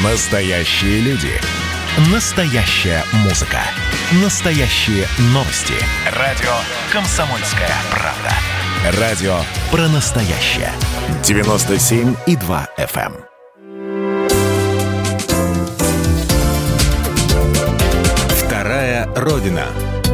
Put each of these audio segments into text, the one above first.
Настоящие люди. Настоящая музыка. Настоящие новости. Радио «Комсомольская правда». Радио про настоящее. 97,2 FM. Вторая Родина.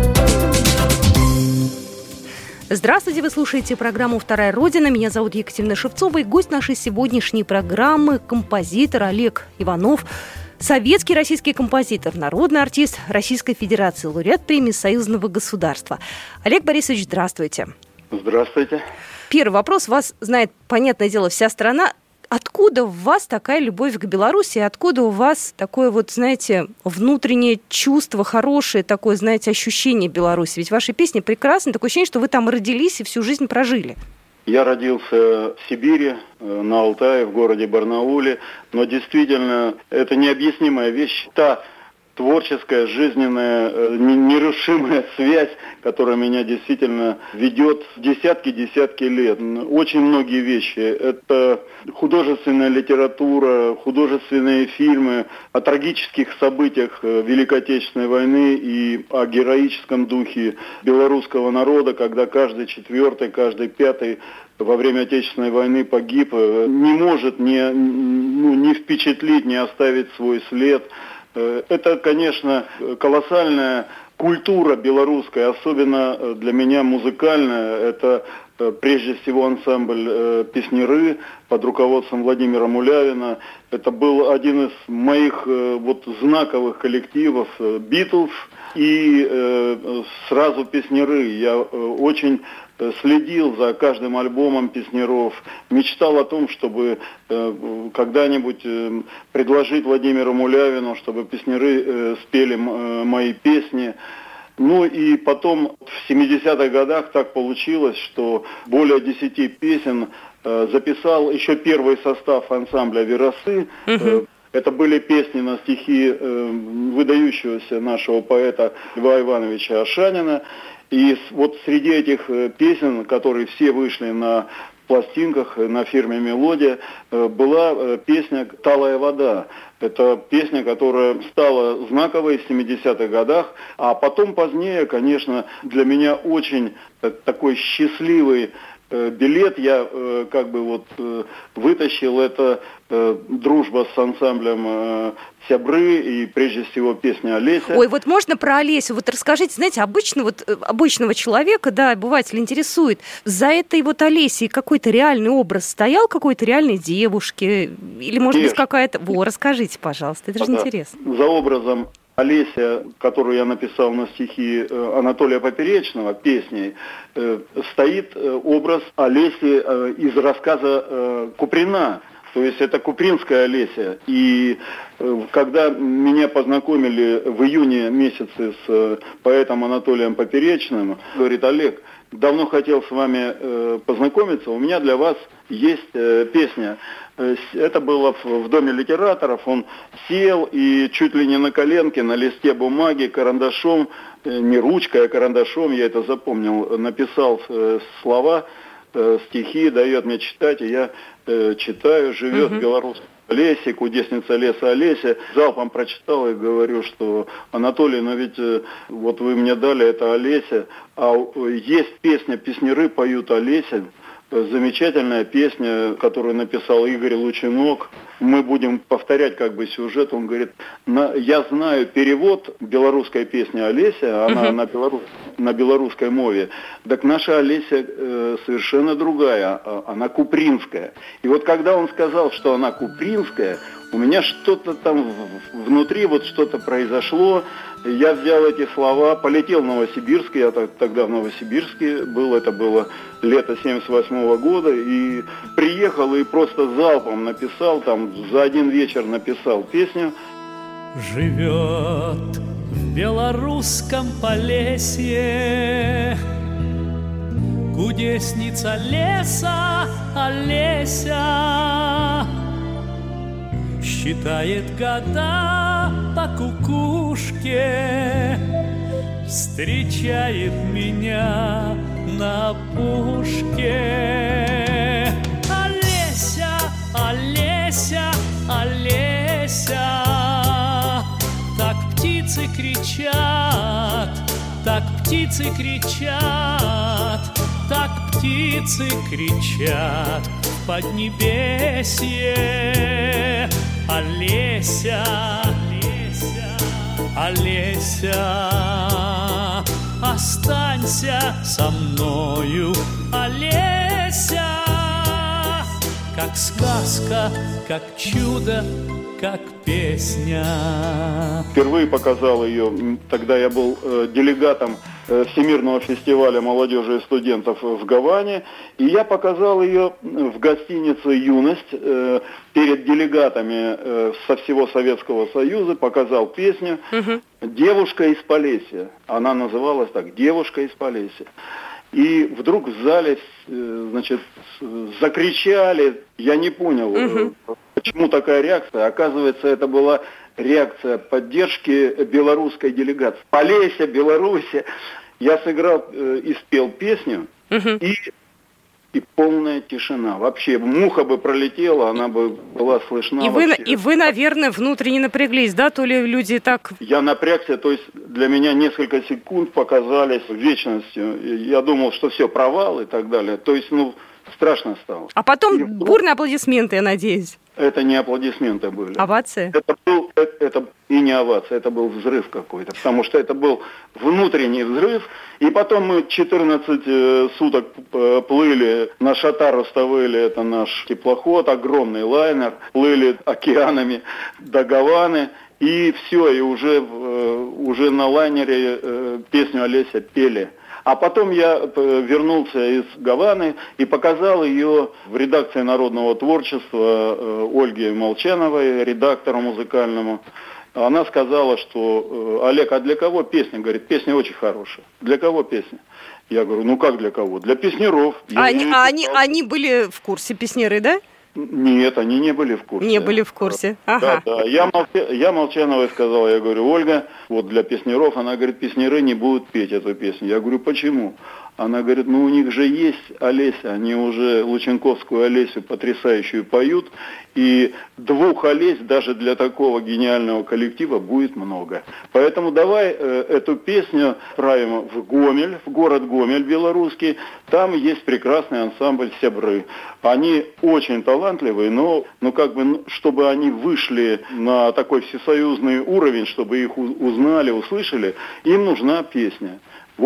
Здравствуйте, вы слушаете программу «Вторая Родина». Меня зовут Екатерина Шевцова, и гость нашей сегодняшней программы – композитор Олег Иванов, советский российский композитор, народный артист Российской Федерации, лауреат премии Союзного государства. Олег Борисович, здравствуйте. Здравствуйте. Первый вопрос. Вас знает, понятное дело, вся страна. Откуда у вас такая любовь к Беларуси? Откуда у вас такое вот, знаете, внутреннее чувство хорошее, такое, знаете, ощущение Беларуси? Ведь ваши песни прекрасны, такое ощущение, что вы там родились и всю жизнь прожили. Я родился в Сибири, на Алтае, в городе Барнауле, но действительно это необъяснимая вещь. Та творческая, жизненная, нерушимая связь, которая меня действительно ведет десятки лет. Очень многие вещи. Это художественная литература, художественные фильмы о трагических событиях Великой Отечественной войны и о героическом духе белорусского народа, когда каждый четвертый, каждый пятый во время Отечественной войны погиб, не может не впечатлить, не оставить свой след. Это, конечно, колоссальная культура белорусская, особенно для меня музыкальная. Это прежде всего ансамбль «Песняры» под руководством Владимира Мулявина. Это был один из моих знаковых коллективов «Битлз» и сразу «Песняры». Я очень следил за каждым альбомом Песняров, мечтал о том, чтобы когда-нибудь предложить Владимиру Мулявину, чтобы Песняры спели мои песни. Ну и потом в 70-х годах так получилось, что более 10 песен записал еще первый состав ансамбля «Верасы». Это были песни на стихи выдающегося нашего поэта Льва Ивановича Ашанина. И вот среди этих песен, которые все вышли на пластинках, на фирме «Мелодия», была песня «Талая вода». Это песня, которая стала знаковой в 70-х годах, а потом позднее, конечно, для меня очень такой счастливый билет я вытащил, это дружба с ансамблем «Сябры» и прежде всего песня «Олеся». Ой, вот можно про Олесю? Вот расскажите, знаете, обычного человека, да, обывателя интересует, за этой вот Олесей какой-то реальный образ стоял, какой-то реальной девушки? Или, может быть, какая-то... Расскажите, пожалуйста, это же интересно. За образом Олеся, которую я написал на стихи Анатолия Поперечного, песней, стоит образ Олеси из рассказа Куприна. То есть это купринская Олеся. И когда меня познакомили в июне месяце с поэтом Анатолием Поперечным, говорит: Олег, давно хотел с вами познакомиться, у меня для вас есть песня. Это было в Доме литераторов, он сел и чуть ли не на коленке, на листе бумаги, карандашом, не ручкой, а карандашом, я это запомнил, написал слова, стихи, дает мне читать, и я читаю: «Живет в белорусском лесе, кудесница леса Олеся». Залпом прочитал и говорю, что: Анатолий, но ведь вот вы мне дали это Олеся, а есть песня, песняры поют Олеся. Замечательная песня, которую написал Игорь Лучинок. Мы будем повторять сюжет. Он говорит: я знаю перевод белорусской песни Олеся, она на белорусской мове. Так наша Олеся совершенно другая, она купринская. И вот когда он сказал, что она купринская, у меня что-то там внутри, что-то произошло. Я взял эти слова, полетел в Новосибирск, я тогда в Новосибирске был, это было лето 78 года, и приехал и просто залпом написал, за один вечер написал песню. Живет в белорусском Полесье кудесница леса Олеся, считает года по кукушке, встречает меня на опушке. Олеся, Олеся, Олеся, птицы кричат, так птицы кричат в поднебесье. Олеся, Олеся, останься со мною, Олеся. Как сказка, как чудо, как песня. Впервые показал ее, тогда я был делегатом Всемирного фестиваля молодежи и студентов в Гаване, и я показал ее в гостинице «Юность» перед делегатами со всего Советского Союза, показал песню «Девушка из Полесья». Она называлась так «Девушка из Полесья». И вдруг в зале, значит, закричали, я не понял, почему такая реакция. Оказывается, это была реакция поддержки белорусской делегации. Полесье, Белоруссия. Я сыграл и спел песню, и полная тишина. Вообще, муха бы пролетела, она бы была слышна. И вы, наверное, внутренне напряглись, да? То ли люди так... Я напрягся, то есть для меня несколько секунд показались вечностью. Я думал, что все, провал и так далее. То есть, страшно стало. А потом бурные аплодисменты, я надеюсь. Это не аплодисменты были. Овации? Это и не овация, это был взрыв какой-то, потому что это был внутренний взрыв. И потом мы 14 суток плыли на Шатар-Руставели, это наш теплоход, огромный лайнер, плыли океанами до Гаваны. И все, и уже на лайнере песню «Олеся» пели. А потом я вернулся из Гаваны и показал ее в редакции народного творчества Ольге Молчановой, редактору музыкальному. Она сказала, что «Олег, а для кого песня?» Говорит, песня очень хорошая. Для кого песня? Я говорю, как для кого? Для песняров. Они были в курсе, песняры, да? Нет, они не были в курсе. Не были в курсе, ага. Да. Я Молчановой сказал, я говорю, Ольга, вот для песняров, она говорит, песняры не будут петь эту песню. Я говорю, почему? Она говорит, у них же есть Олеся, они уже Лученковскую Олесю потрясающую поют, и 2 Олесь даже для такого гениального коллектива будет много. Поэтому давай эту песню отправим в Гомель, в город Гомель белорусский, там есть прекрасный ансамбль «Сябры». Они очень талантливые, но чтобы они вышли на такой всесоюзный уровень, чтобы их узнали, услышали, им нужна песня.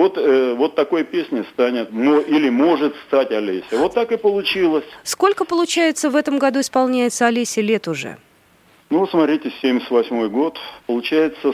Вот такой песней станет, или может стать Олеся. Вот так и получилось. Сколько, получается, в этом году исполняется Олесе лет уже? Смотрите, 78-й год, получается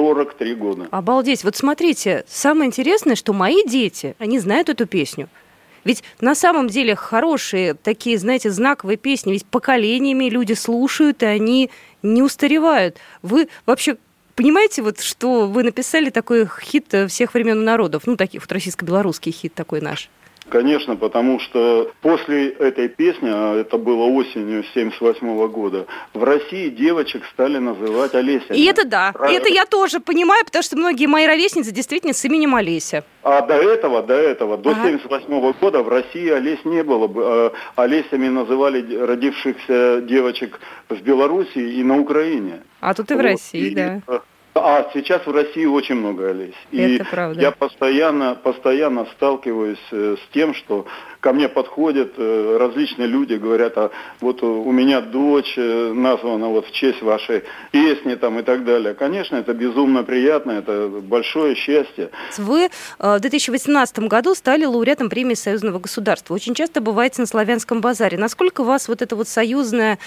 43 года. Обалдеть. Вот смотрите, самое интересное, что мои дети, они знают эту песню. Ведь на самом деле хорошие такие, знаете, знаковые песни, ведь поколениями люди слушают, и они не устаревают. Вы вообще... Понимаете, что вы написали такой хит всех времен и народов, таких российско-белорусский хит такой наш? Конечно, потому что после этой песни, а это было осенью 1978 года, в России девочек стали называть Олеся. И это да, это я тоже понимаю, потому что многие мои ровесницы действительно с именем Олеся. А до этого, до 1978 года в России Олесь не было. Олесями называли родившихся девочек в Беларуси и на Украине. А тут и в России, да. А сейчас в России очень много Олесь. Это правда. Я постоянно сталкиваюсь с тем, что ко мне подходят различные люди, говорят, вот у меня дочь названа в честь вашей песни и так далее. Конечно, это безумно приятно, это большое счастье. Вы в 2018 году стали лауреатом премии Союзного государства. Очень часто бываете на Славянском базаре. Насколько вас вот это союзная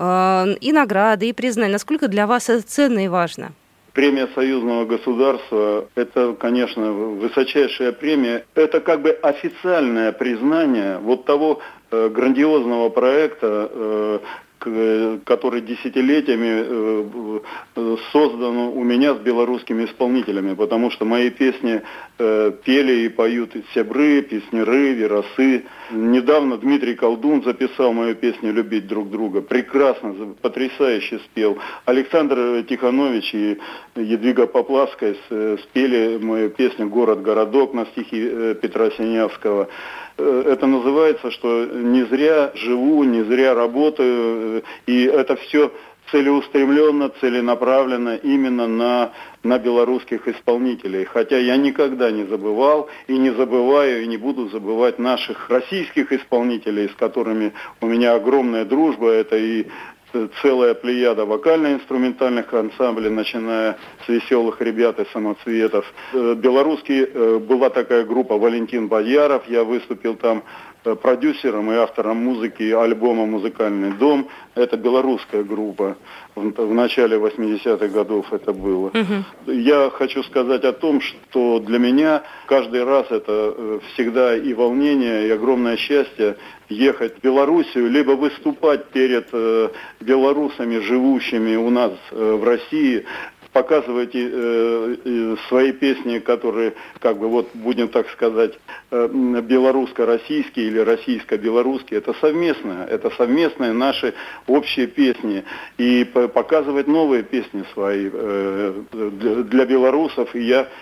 и награда, и признание, насколько для вас это ценно и важно? Премия Союзного государства – это, конечно, высочайшая премия. Это официальное признание того грандиозного проекта, который десятилетиями создан у меня с белорусскими исполнителями, потому что мои песни пели и поют «Сябры», «Песняры», «Верасы». Недавно Дмитрий Колдун записал мою песню «Любить друг друга». Прекрасно, потрясающе спел. Александр Тиханович и Едвига Поплавская спели мою песню «Город-городок» на стихи Петра Синявского. Это называется, что не зря живу, не зря работаю, и это все целеустремленно, целенаправленно именно на белорусских исполнителей. Хотя я никогда не забывал и не забываю, и не буду забывать наших российских исполнителей, с которыми у меня огромная дружба. Это и целая плеяда вокально-инструментальных ансамблей, начиная с «Веселых ребят» и «Самоцветов». Белорусский была такая группа «Валентин Бадьяров». Я выступил там продюсером и автором музыки альбома «Музыкальный дом». Это белорусская группа. В начале 80-х годов это было. Я хочу сказать о том, что для меня каждый раз это всегда и волнение, и огромное счастье ехать в Белоруссию, либо выступать перед белорусами, живущими у нас в России, показывать свои песни, которые, как бы, вот будем так сказать, белорусско-российские или российско-белорусские. Это совместные наши общие песни. И показывать новые песни свои для белорусов. И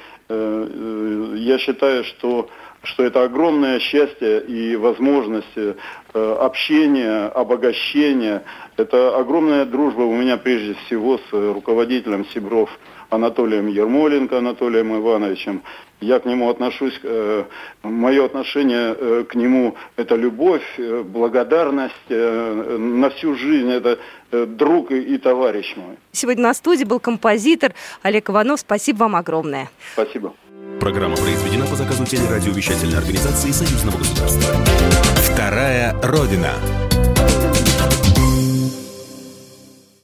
я считаю, что это огромное счастье и возможность общения, обогащения. Это огромная дружба у меня прежде всего с руководителем Сибров Анатолием Ермоленко, Анатолием Ивановичем. Я к нему отношусь, мое отношение к нему – это любовь, благодарность на всю жизнь. Это друг и товарищ мой. Сегодня на студии был композитор Олег Иванов. Спасибо вам огромное. Спасибо. Программа произведена по заказу телерадиовещательной организации Союзного государства. Вторая Родина.